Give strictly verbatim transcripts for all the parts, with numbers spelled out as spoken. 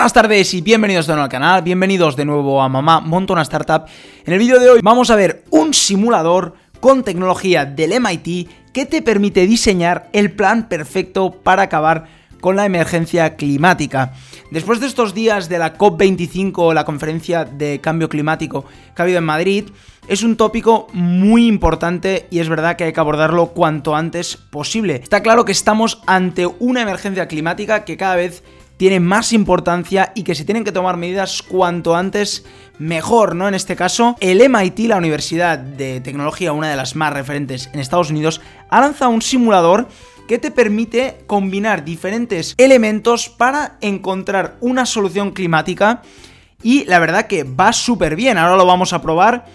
Buenas tardes y bienvenidos de nuevo al canal, bienvenidos de nuevo a Mamá Monta una Startup. En el vídeo de hoy vamos a ver un simulador con tecnología del M I T que te permite diseñar el plan perfecto para acabar con la emergencia climática. Después de estos días de la COP veinticinco, la conferencia de cambio climático que ha habido en Madrid, es un tópico muy importante y es verdad que hay que abordarlo cuanto antes posible. Está claro que estamos ante una emergencia climática que cada vez tiene más importancia y que se tienen que tomar medidas cuanto antes mejor, ¿no? En este caso, el M I T, la Universidad de Tecnología, una de las más referentes en Estados Unidos, ha lanzado un simulador que te permite combinar diferentes elementos para encontrar una solución climática y la verdad que va súper bien. Ahora lo vamos a probar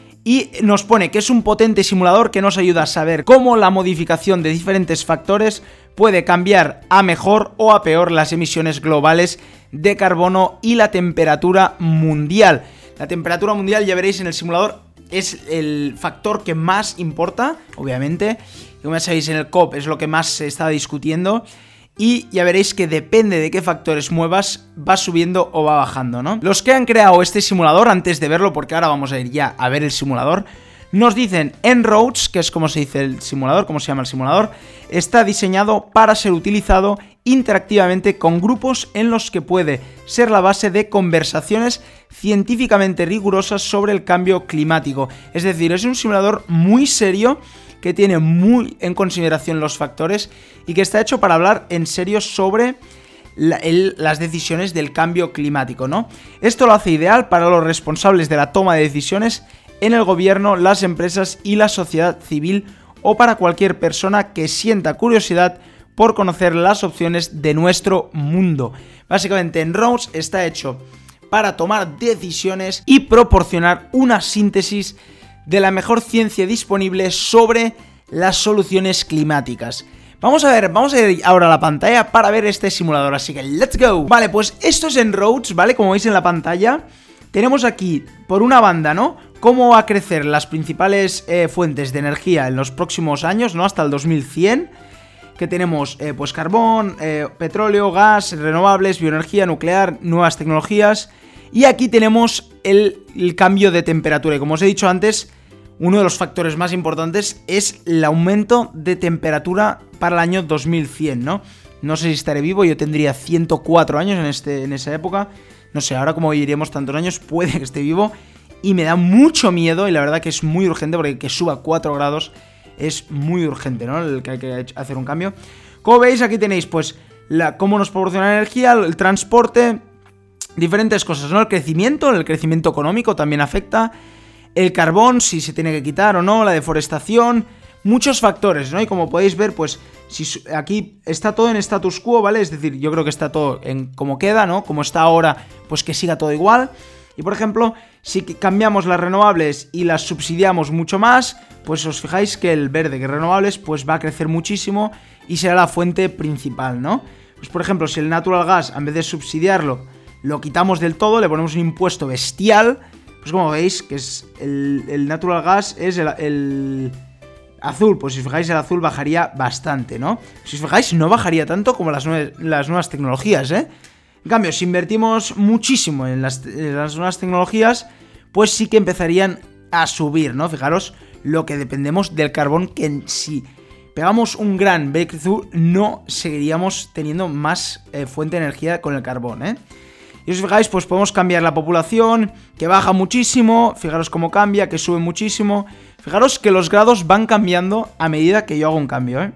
y nos pone que es un potente simulador que nos ayuda a saber cómo la modificación de diferentes factores puede cambiar a mejor o a peor las emisiones globales de carbono y la temperatura mundial. La temperatura mundial, ya veréis en el simulador, es el factor que más importa, obviamente. Como ya sabéis, en el COP es lo que más se está discutiendo. Y ya veréis que depende de qué factores muevas, va subiendo o va bajando, ¿no? Los que han creado este simulador, antes de verlo, porque ahora vamos a ir ya a ver el simulador, nos dicen En-ROADS, que es como se dice el simulador, como se llama el simulador, está diseñado para ser utilizado interactivamente con grupos en los que puede ser la base de conversaciones científicamente rigurosas sobre el cambio climático. Es decir, es un simulador muy serio que tiene muy en consideración los factores y que está hecho para hablar en serio sobre la, el, las decisiones del cambio climático, ¿no? Esto lo hace ideal para los responsables de la toma de decisiones en el gobierno, las empresas y la sociedad civil, o para cualquier persona que sienta curiosidad por conocer las opciones de nuestro mundo. Básicamente, En-ROADS está hecho para tomar decisiones y proporcionar una síntesis de la mejor ciencia disponible sobre las soluciones climáticas. Vamos a ver, vamos a ir ahora a la pantalla para ver este simulador, así que let's go. Vale, pues esto es En-ROADS, ¿vale? Como veis en la pantalla, tenemos aquí, por una banda, ¿no?, cómo va a crecer las principales eh, fuentes de energía en los próximos años, ¿no?, hasta el dos mil cien, que tenemos, eh, pues, carbón, eh, petróleo, gas, renovables, bioenergía, nuclear, nuevas tecnologías. Y aquí tenemos el, el cambio de temperatura. Y como os he dicho antes, uno de los factores más importantes es el aumento de temperatura para el año dos mil cien, ¿no? No sé si estaré vivo, yo tendría ciento cuatro años en, este, en esa época. No sé, ahora como viviremos tantos años, puede que esté vivo. Y me da mucho miedo, y la verdad que es muy urgente, porque que suba cuatro grados es muy urgente, ¿no? El que hay que hacer un cambio. Como veis, aquí tenéis, pues, la, cómo nos proporciona energía, el transporte, diferentes cosas, ¿no? El crecimiento, el crecimiento económico también afecta, el carbón, si se tiene que quitar o no, la deforestación, muchos factores, ¿no? Y como podéis ver, pues, si aquí está todo en status quo, ¿vale? Es decir, yo creo que está todo en como queda, ¿no? Como está ahora, pues que siga todo igual. Y por ejemplo, si cambiamos las renovables y las subsidiamos mucho más, pues os fijáis que el verde, que es renovables, pues va a crecer muchísimo y será la fuente principal, ¿no? Pues por ejemplo, si el natural gas, en vez de subsidiarlo, lo quitamos del todo, le ponemos un impuesto bestial, pues como veis, que es el, el natural gas es el, el azul, pues si os fijáis el azul bajaría bastante, ¿no? Si os fijáis no bajaría tanto como las, nue las nuevas tecnologías, ¿eh? En cambio, si invertimos muchísimo en las, en las nuevas tecnologías, pues sí que empezarían a subir, ¿no? Fijaros lo que dependemos del carbón, que si pegamos un gran breakthrough no seguiríamos teniendo más eh, fuente de energía con el carbón, ¿eh? Y os fijáis, pues podemos cambiar la población, que baja muchísimo, fijaros cómo cambia, que sube muchísimo. Fijaros que los grados van cambiando a medida que yo hago un cambio, ¿eh?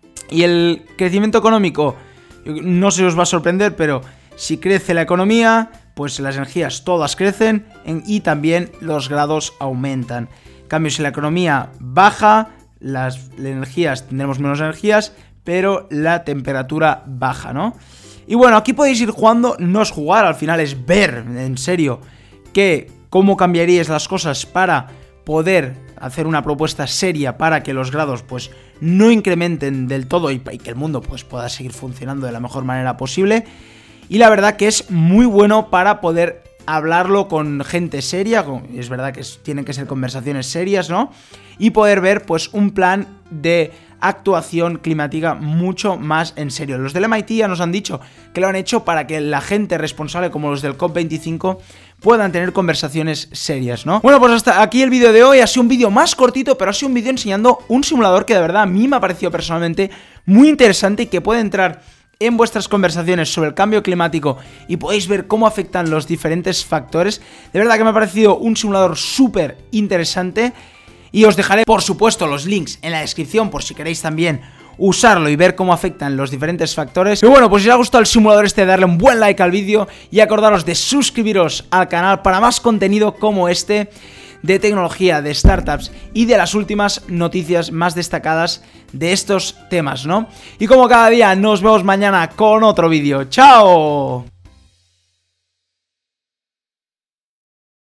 Y el crecimiento económico, no se os va a sorprender, pero si crece la economía, pues las energías todas crecen y también los grados aumentan. En cambio, si la economía baja, las energías, tendremos menos energías, pero la temperatura baja, ¿no? Y bueno, aquí podéis ir jugando, no es jugar, al final es ver, en serio, que cómo cambiaríais las cosas para poder hacer una propuesta seria para que los grados pues no incrementen del todo y, y que el mundo pues pueda seguir funcionando de la mejor manera posible. Y la verdad que es muy bueno para poder hablarlo con gente seria, es verdad que es, tienen que ser conversaciones serias, ¿no? Y poder ver pues un plan de actuación climática mucho más en serio. Los del M I T ya nos han dicho que lo han hecho para que la gente responsable como los del COP veinticinco puedan tener conversaciones serias, ¿no? Bueno, pues hasta aquí el vídeo de hoy. Ha sido un vídeo más cortito, pero ha sido un vídeo enseñando un simulador que de verdad a mí me ha parecido personalmente muy interesante y que puede entrar en vuestras conversaciones sobre el cambio climático y podéis ver cómo afectan los diferentes factores. De verdad que me ha parecido un simulador súper interesante y os dejaré, por supuesto, los links en la descripción por si queréis también usarlo y ver cómo afectan los diferentes factores. Y bueno, pues si os ha gustado el simulador este, darle un buen like al vídeo y acordaros de suscribiros al canal para más contenido como este de tecnología, de startups y de las últimas noticias más destacadas de estos temas, ¿no? Y como cada día, nos vemos mañana con otro vídeo. ¡Chao!